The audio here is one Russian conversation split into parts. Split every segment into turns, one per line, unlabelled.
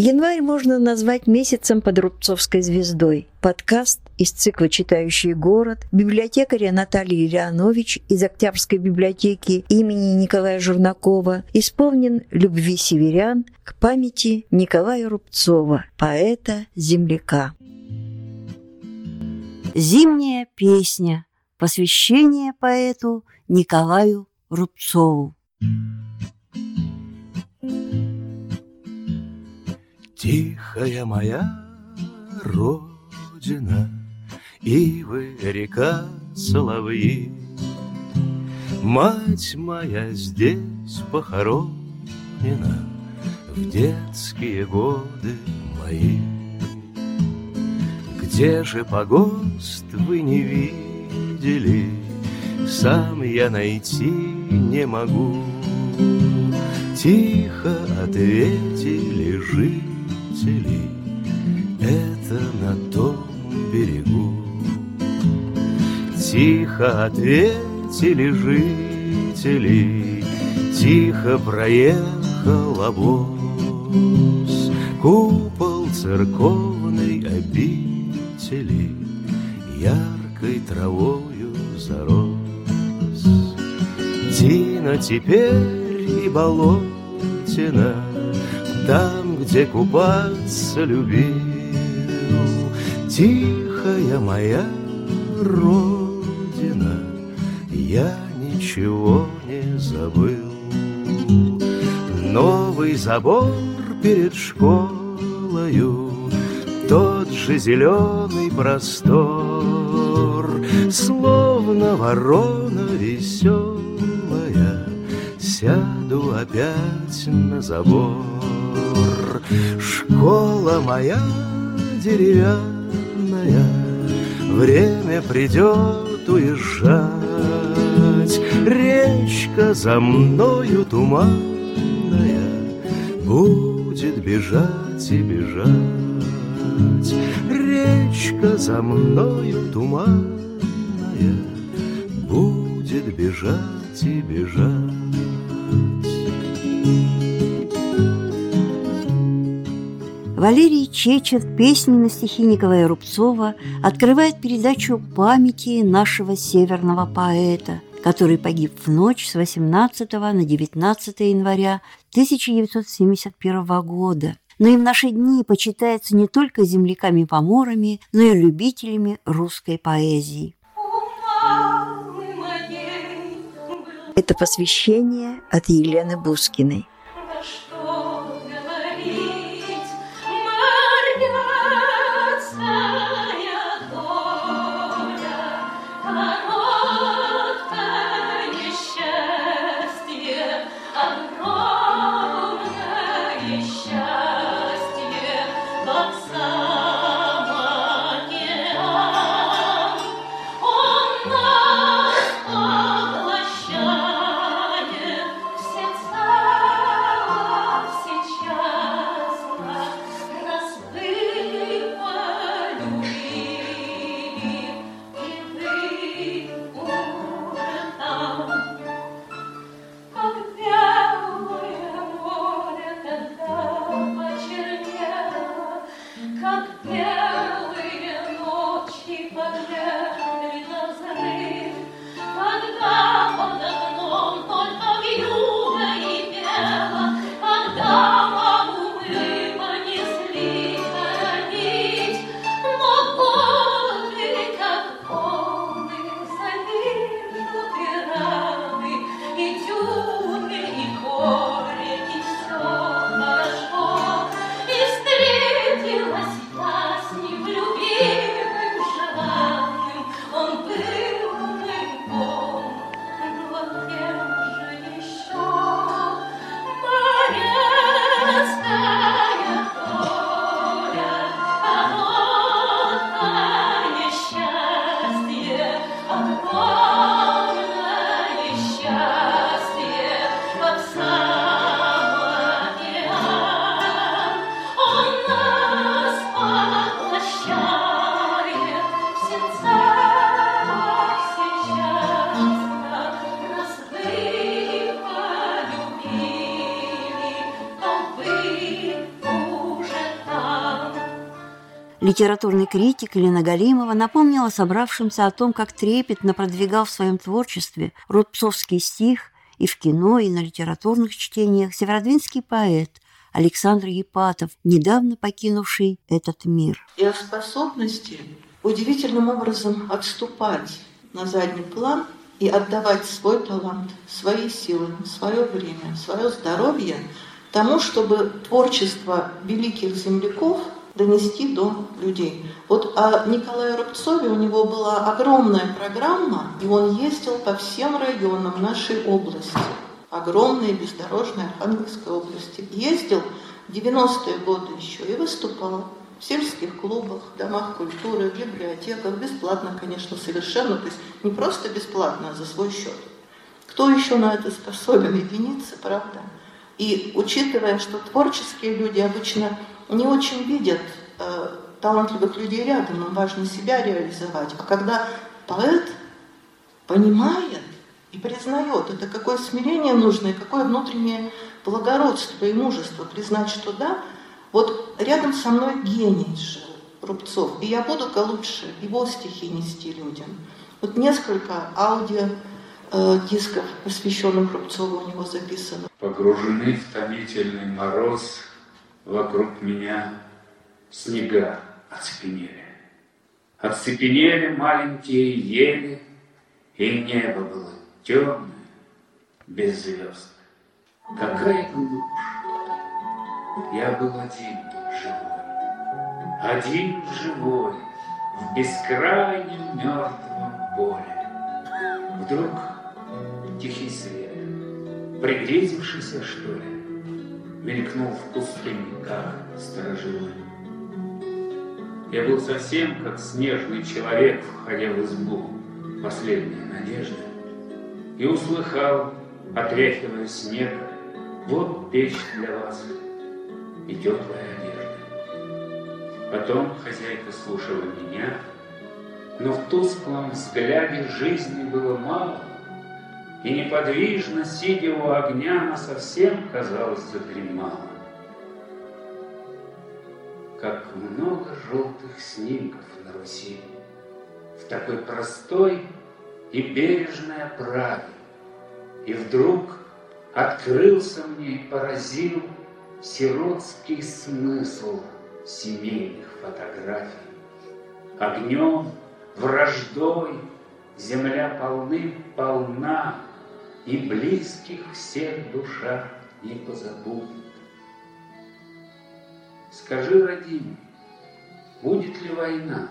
Январь можно назвать месяцем под рубцовской звездой. Подкаст из цикла «Читающий город» библиотекаря Натальи Леонович из Октябрьской библиотеки имени Николая Журнакова исполнен любви северян к памяти Николая Рубцова, поэта-земляка. Зимняя песня. Посвящение поэту Николаю Рубцову.
Тихая моя родина, ивы, река, соловьи, мать моя здесь похоронена в детские годы мои. Где же погост вы не видели, сам я найти не могу. Тихо ответили жители, это на том берегу. Тихо ответили жители, тихо проехал обоз. Купол церковной обители яркой травою зарос. Тина теперь и болотина, там, где купаться любил. Тихая моя родина, я ничего не забыл. Новый забор перед школою, тот же зеленый простор, словно ворона веселая, сяду опять на забор. Школа моя деревянная, время придет уезжать. Речка за мною туманная будет бежать и бежать. Речка за мною туманная будет бежать и бежать.
Валерий Чечет песни на стихи Николая Рубцова открывает передачу памяти нашего северного поэта, который погиб в ночь с 18 на 19 января 1971 года. Но и в наши дни почитается не только земляками-поморами, но и любителями русской поэзии. Это посвящение от Елены Бускиной.
Все
Литературный критик Елена Галимова напомнила собравшимся о том, как трепетно продвигал в своем творчестве рубцовский стих и в кино, и на литературных чтениях северодвинский поэт Александр Епатов, недавно покинувший этот мир.
И о способности удивительным образом отступать на задний план и отдавать свой талант, свои силы, свое время, свое здоровье тому, чтобы творчество великих земляков донести до людей. Вот о Николае Рубцове у него была огромная программа, и он ездил по всем районам нашей области, огромной бездорожной Архангельской области. Ездил в 90-е годы еще и выступал в сельских клубах, домах культуры, в библиотеках, бесплатно, конечно, совершенно, то есть не просто бесплатно, а за свой счет. Кто еще на это способен? Единицы, правда? И учитывая, что творческие люди обычно не очень видят талантливых людей рядом, им важно себя реализовать. А когда поэт понимает и признает, это какое смирение нужно и какое внутреннее благородство и мужество признать, что да, вот рядом со мной гений жил, Рубцов, и я буду-ка лучше его стихи нести людям. Вот несколько аудиодисков, посвященных Рубцову, у него записано.
Погружены в томительный мороз, вокруг меня снега оцепенели. Оцепенели маленькие ели, и небо было темное, без звезд. Какая глушь! Я был один живой, в бескрайнем мертвом поле. Вдруг тихий свет, приглядевшийся, что ли, мелькнул в пустыне, как сторожилы. Я был совсем как снежный человек, входя в избу последней надежды, и услыхал, отряхивая снег, вот печь для вас и теплая одежда. Потом хозяйка слушала меня, но в тусклом взгляде жизни было мало, и неподвижно, сидя у огня, она совсем, казалось, задремала. Как много желтых снимков на Руси в такой простой и бережной оправе. И вдруг открылся мне и поразил сиротский смысл семейных фотографий. Огнем, враждой земля полным-полна, и близких всех душа не позабудет. Скажи, родимый, будет ли война?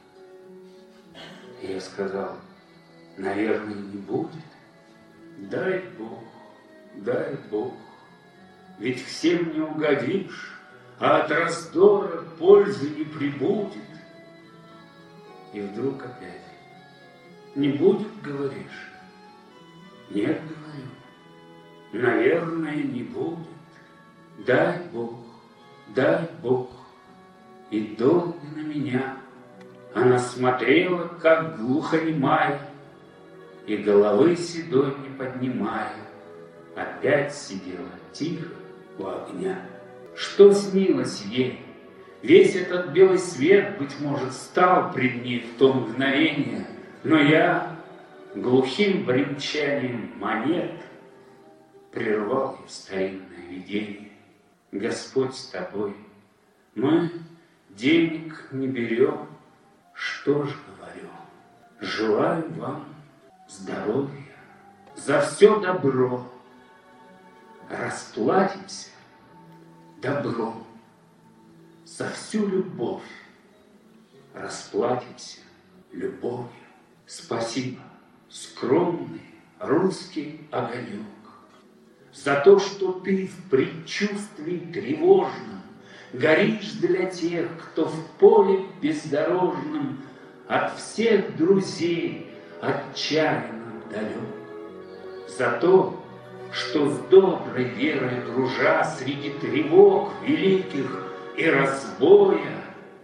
Я сказал, наверное, не будет. Дай Бог, ведь всем не угодишь, а от раздора пользы не прибудет. И вдруг опять, не будет, говоришь? Нет, говорю, наверное, не будет. Дай Бог. И долго на меня она смотрела, как глухонемая, и головы седой не поднимая, опять сидела тихо у огня. Что снилось ей? Весь этот белый свет, быть может, стал пред ней в то мгновение, но я глухим бренчанием монет прервал ее старинное видение. Господь с тобой, мы денег не берем, что ж говорю, желаю вам здоровья, за все добро расплатимся добром, за всю любовь расплатимся любовью. Спасибо, скромный русский огонек, за то, что ты в предчувствии тревожном горишь для тех, кто в поле бездорожном от всех друзей отчаянно далек. За то, что с доброй верой дружа среди тревог великих и разбоя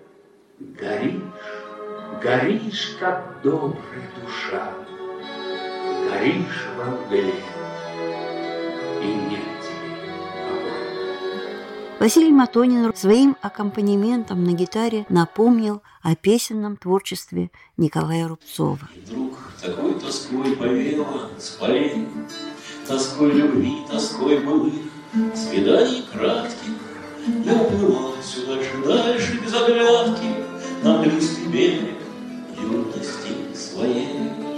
горишь, как добрая душа, горишь во мгле, и нет тебе покоя.
Василий Матонин своим аккомпанементом на гитаре напомнил о песенном творчестве Николая Рубцова.
Вдруг такой тоской повеяло с полей, тоской любви, тоской былых, свиданий кратких. Я уплывал все дальше без оглядки на близкий берег юности своей.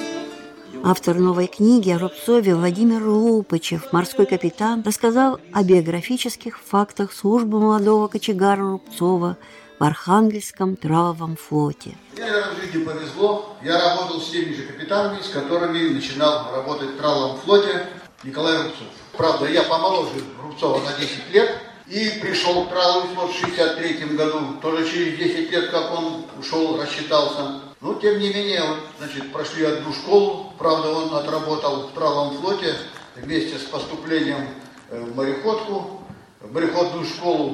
Автор новой книги о Рубцове Владимир Лупычев, морской капитан, рассказал о биографических фактах службы молодого кочегара Рубцова в Архангельском траловом флоте.
Мне, наверное, в жизни повезло. Я работал с теми же капитанами, с которыми начинал работать в траловом флоте Николай Рубцов. Правда, я помоложе Рубцова на 10 лет и пришел в траловый флот в 1963 году. Тоже через 10 лет, как он ушел, рассчитался. Но, тем не менее, прошли одну школу. Правда, он отработал в траловом флоте вместе с поступлением в мореходку, в мореходную школу.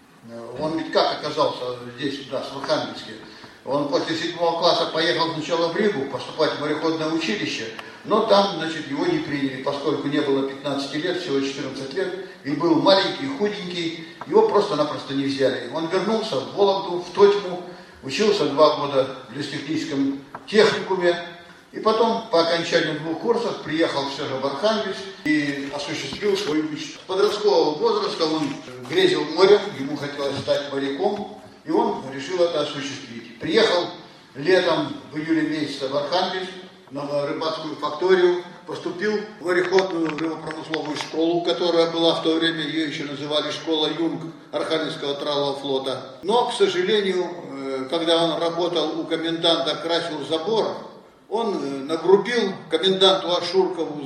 Он ведь как оказался здесь, в Архангельске? Он после 7 класса поехал сначала в Ригу поступать в мореходное училище, но там, его не приняли, поскольку не было 15 лет, всего 14 лет, и был маленький, худенький, его просто-напросто не взяли. Он вернулся в Вологду, в Тотьму, учился 2 года в лесотехническом техникуме, и потом по окончанию 2 курсов приехал все же в Архангельск и осуществил свою мечту. С подросткового возраста он грезил морем, ему хотелось стать моряком, и он решил это осуществить. Приехал летом, в июле месяце, в Архангельск, на рыбацкую факторию, поступил в мореходную рыбопромысловую школу, которая была в то время, ее еще называли школа Юнг Архангельского тралового флота. Но, к сожалению, когда он работал у коменданта, красил забор, он нагрубил коменданту Ашуркову,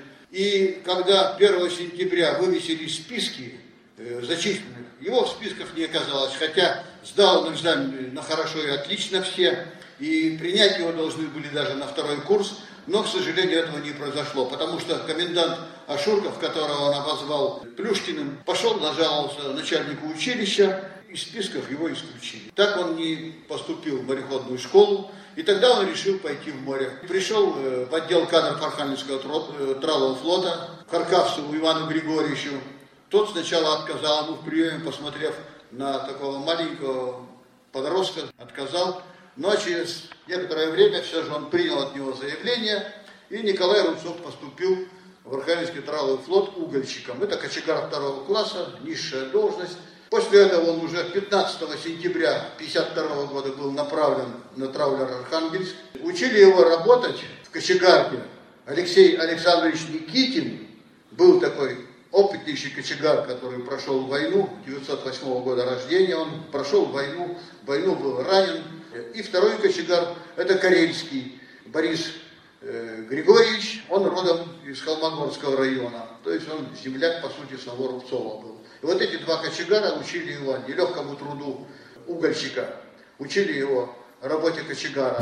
и когда 1 сентября вывесили списки зачисленных, его в списках не оказалось, хотя сдал он экзамен на хорошо и отлично все, и принять его должны были даже на 2-й курс, но, к сожалению, этого не произошло, потому что комендант Ашурков, которого он обозвал Плюшкиным, пошел, нажаловался начальнику училища, из списков его исключили. Так он не поступил в мореходную школу, и тогда он решил пойти в море. Пришел в отдел кадров Архангельского тралового флота, к Харкавцеву Ивану Григорьевичу. Тот сначала отказал ему в приеме, посмотрев на такого маленького подростка, отказал. Но через некоторое время все же он принял от него заявление, и Николай Рубцов поступил в Архангельский траловый флот угольщиком. Это кочегар 2-го класса, низшая должность. После этого он уже 15 сентября 1952 года был направлен на траулер Архангельск. Учили его работать в кочегарке. Алексей Александрович Никитин был такой опытнейший кочегар, который прошел войну, 1908 года рождения, он прошел войну, в войну был ранен. И второй кочегар, это Карельский Борис Григорьевич, он родом из Холмогорского района, то есть он земляк, по сути, самого Рубцова был. И вот эти 2 кочегара учили его нелегкому труду угольщика, учили его работе кочегара.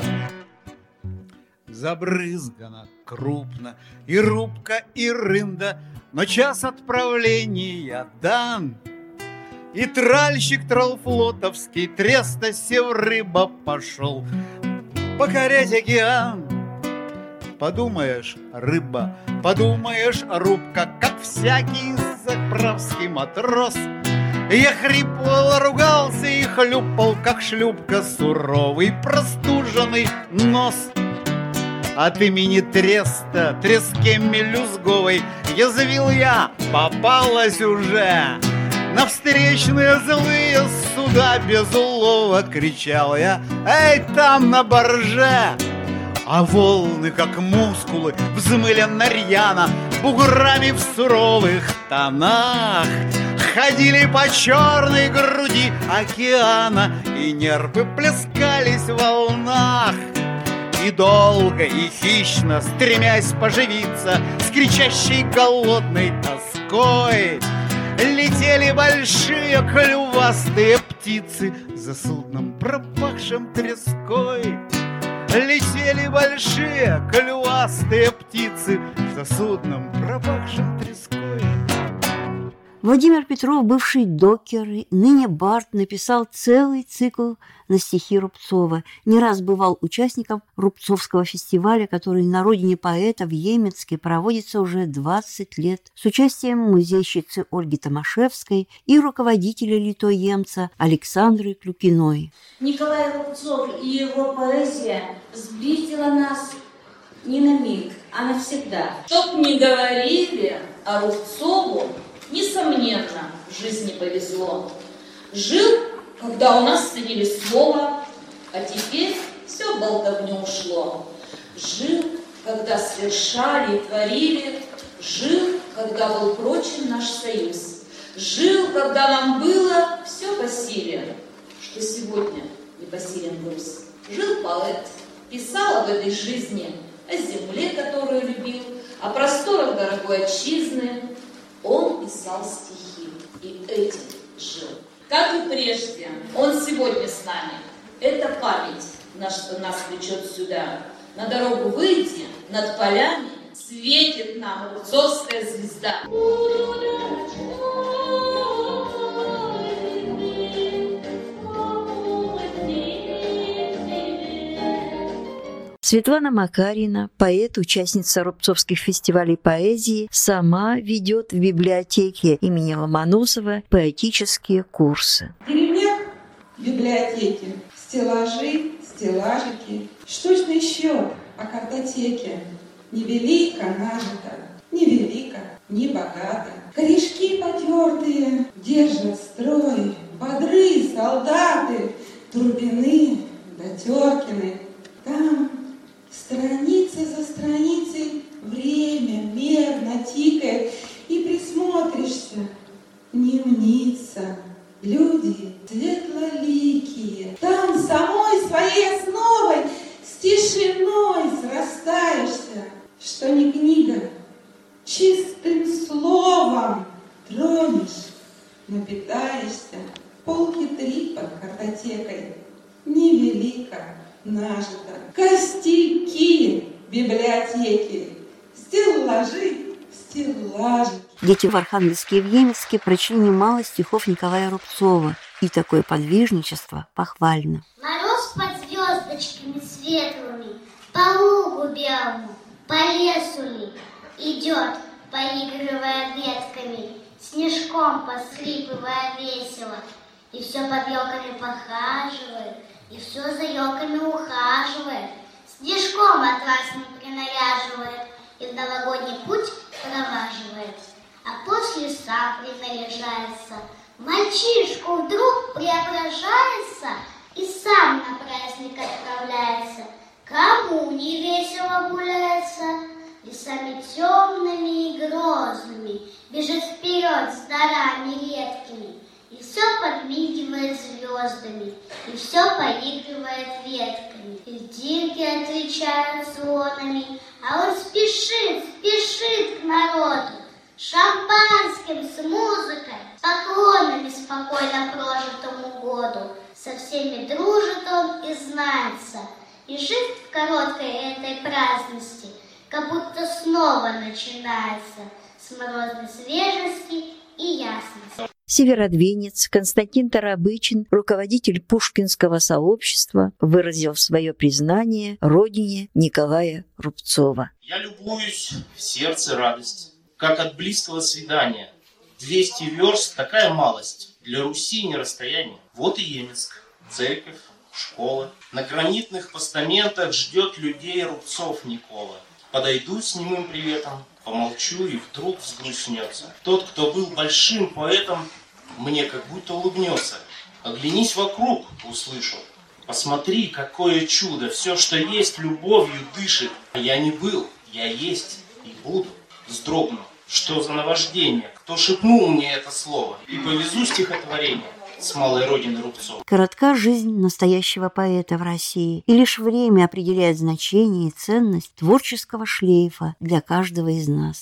Забрызгана крупно и рубка, и рында, но час отправления дан. И тральщик тралфлотовский треста севрыба пошел покорять океан. Подумаешь, рыба, подумаешь, рубка, как всякий заправский матрос. Я хрипло ругался и хлюпал, как шлюпка, суровый простуженный нос. От имени треста, треске мелюзговой, язвил я, попалась уже. На встречные злые суда без улова кричал я: «Эй, там на барже!» А волны, как мускулы, взмыли рьяно, буграми в суровых тонах ходили по черной груди океана, и нерпы плескались в волнах. И долго, и хищно, стремясь поживиться с кричащей голодной тоской, летели большие клювастые птицы за судном, пропахшим треской. Летели большие клювастые птицы за судном, пропахшим треской.
Владимир Петров, бывший докер, ныне бард, написал целый цикл на стихи Рубцова. Не раз бывал участником Рубцовского фестиваля, который на родине поэта в Емецке проводится уже 20 лет с участием музейщицы Ольги Томашевской и руководителя литоемца Александры Клюкиной.
Николай Рубцов и его поэзия сблизила нас не на миг, а навсегда. Чтоб не говорили, а Рубцову, несомненно, в жизни повезло. Жил, когда у нас ценили слово, а теперь все в болтовню ушло. Жил, когда совершали и творили, жил, когда был прочен наш союз. Жил, когда нам было все по силе, что сегодня непосилен груз. Жил поэт, писал об этой жизни, о земле, которую любил, о просторах дорогой отчизны. Он писал стихи и этим жил. Как и прежде, он сегодня с нами. Это память, что нас влечет сюда. На дорогу выйти, над полями светит нам рубцовская звезда.
Светлана Макарина, поэт, участница Рубцовских фестивалей поэзии, сама ведет в библиотеке имени Ломоносова поэтические курсы.
Перемет в библиотеке, стеллажи, стеллажики, штучный счет о картотеке. Невелико нажито, невелико, не богато. Корешки потертые держат строй, бодры солдаты, Трубины да Теркины. Там страницы за страницей время мерно тикает, и присмотришься, не мнится. Люди светлоликие, там самой своей основой с тишиной срастаешься, что не книга, чистым словом тронешь, напитаешься. Полки 3 под картотекой, невелико нажито. Костяки библиотеки, стеллажи, стеллажи.
Дети в Архангельске и в Емецке прочли немало стихов Николая Рубцова, и такое подвижничество похвально.
Мороз под звездочками светлыми, по лугу белому, по лесу ли, идет, поигрывая ветками, снежком поскрипывая весело, и все под елками похаживает, и все за елками ухаживает, снежком атласным принаряживает, и в новогодний путь проваживает. А после сам принаряжается, мальчишку вдруг преображается и сам на праздник отправляется. Кому не весело гуляется, лесами темными и грозными бежит вперед с дарами редкими, и все подмигивает звездами, и все поигрывает ветками. Льдинки отвечают звонами, а он спешит, спешит к народу, шампанским, с музыкой, с поклонами спокойно прожитому году. Со всеми дружит он и знается, и жизнь в короткой этой праздности как будто снова начинается с морозной свежести и ясности.
Северодвинец Константин Тарабычин, руководитель Пушкинского сообщества, выразил свое признание родине Николая Рубцова.
Я любуюсь в сердце радость, как от близкого свидания. 200 верст – такая малость, для Руси не расстояние. Вот и Емецк, церковь, школа. На гранитных постаментах ждет людей Рубцов Никола. Подойду с немым приветом, помолчу, и вдруг взгрустнется. Тот, кто был большим поэтом, мне как будто улыбнется. Оглянись вокруг, услышу. Посмотри, какое чудо, все, что есть, любовью дышит. А я не был, я есть и буду. Вздрогну, что за наваждение, кто шепнул мне это слово, и повезу стихотворение с малой родины Рубцова.
Коротка жизнь настоящего поэта в России, и лишь время определяет значение и ценность творческого шлейфа для каждого из нас.